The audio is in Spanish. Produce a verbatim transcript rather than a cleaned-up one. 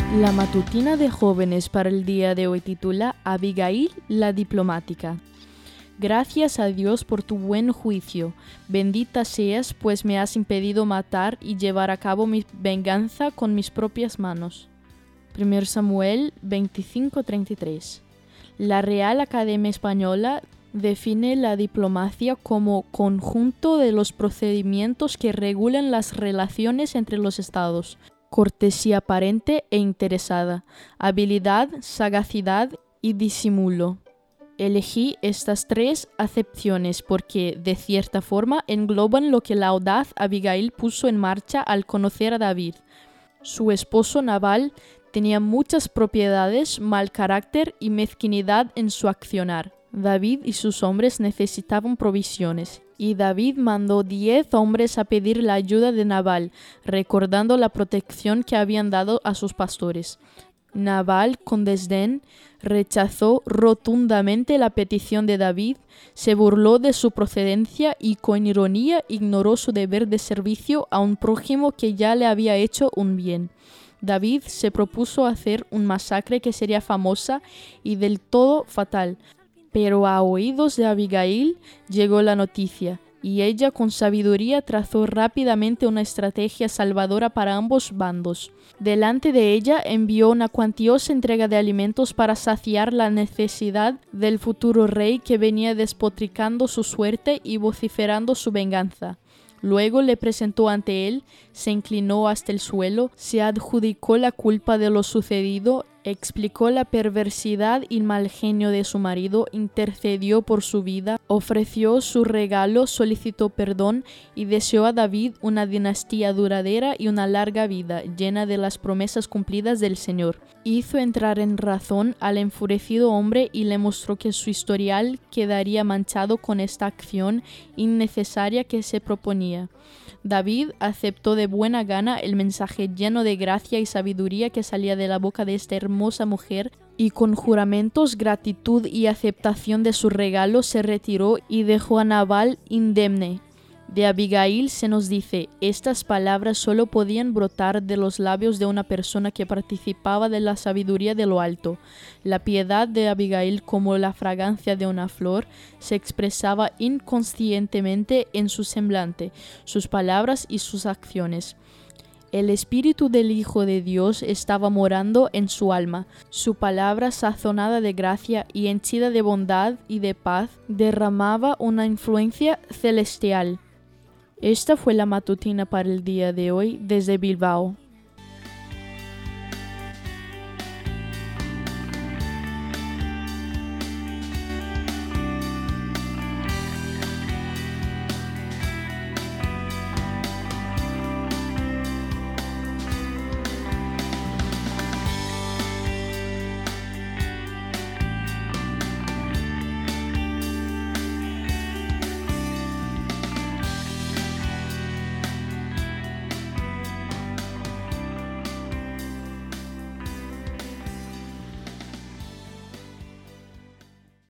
La matutina de jóvenes para el día de hoy titula Abigail la diplomática. Gracias a Dios por tu buen juicio. Bendita seas, pues me has impedido matar y llevar a cabo mi venganza con mis propias manos. primero Samuel veinticinco treinta y tres. La Real Academia Española define la diplomacia como conjunto de los procedimientos que regulan las relaciones entre los estados. Cortesía aparente e interesada, habilidad, sagacidad y disimulo. Elegí estas tres acepciones porque, de cierta forma, engloban lo que la audaz Abigail puso en marcha al conocer a David. Su esposo Nabal tenía muchas propiedades, mal carácter y mezquinidad en su accionar. David y sus hombres necesitaban provisiones, y David mandó diez hombres a pedir la ayuda de Nabal, recordando la protección que habían dado a sus pastores. Nabal, con desdén, rechazó rotundamente la petición de David, se burló de su procedencia y con ironía ignoró su deber de servicio a un prójimo que ya le había hecho un bien. David se propuso hacer un masacre que sería famosa y del todo fatal, pero a oídos de Abigail llegó la noticia, y ella con sabiduría trazó rápidamente una estrategia salvadora para ambos bandos. Delante de ella envió una cuantiosa entrega de alimentos para saciar la necesidad del futuro rey que venía despotricando su suerte y vociferando su venganza. Luego le presentó ante él, se inclinó hasta el suelo, se adjudicó la culpa de lo sucedido, explicó la perversidad y mal genio de su marido, intercedió por su vida, ofreció su regalo, solicitó perdón y deseó a David una dinastía duradera y una larga vida, llena de las promesas cumplidas del Señor. Hizo entrar en razón al enfurecido hombre y le mostró que su historial quedaría manchado con esta acción innecesaria que se proponía. David aceptó de buena gana el mensaje lleno de gracia y sabiduría que salía de la boca de esta hermosa mujer, y con juramentos, gratitud y aceptación de su regalo se retiró y dejó a Nabal indemne. De Abigail se nos dice, estas palabras solo podían brotar de los labios de una persona que participaba de la sabiduría de lo alto. La piedad de Abigail, como la fragancia de una flor, se expresaba inconscientemente en su semblante, sus palabras y sus acciones. El Espíritu del Hijo de Dios estaba morando en su alma. Su palabra, sazonada de gracia y henchida de bondad y de paz, derramaba una influencia celestial. Esta fue la matutina para el día de hoy desde Bilbao.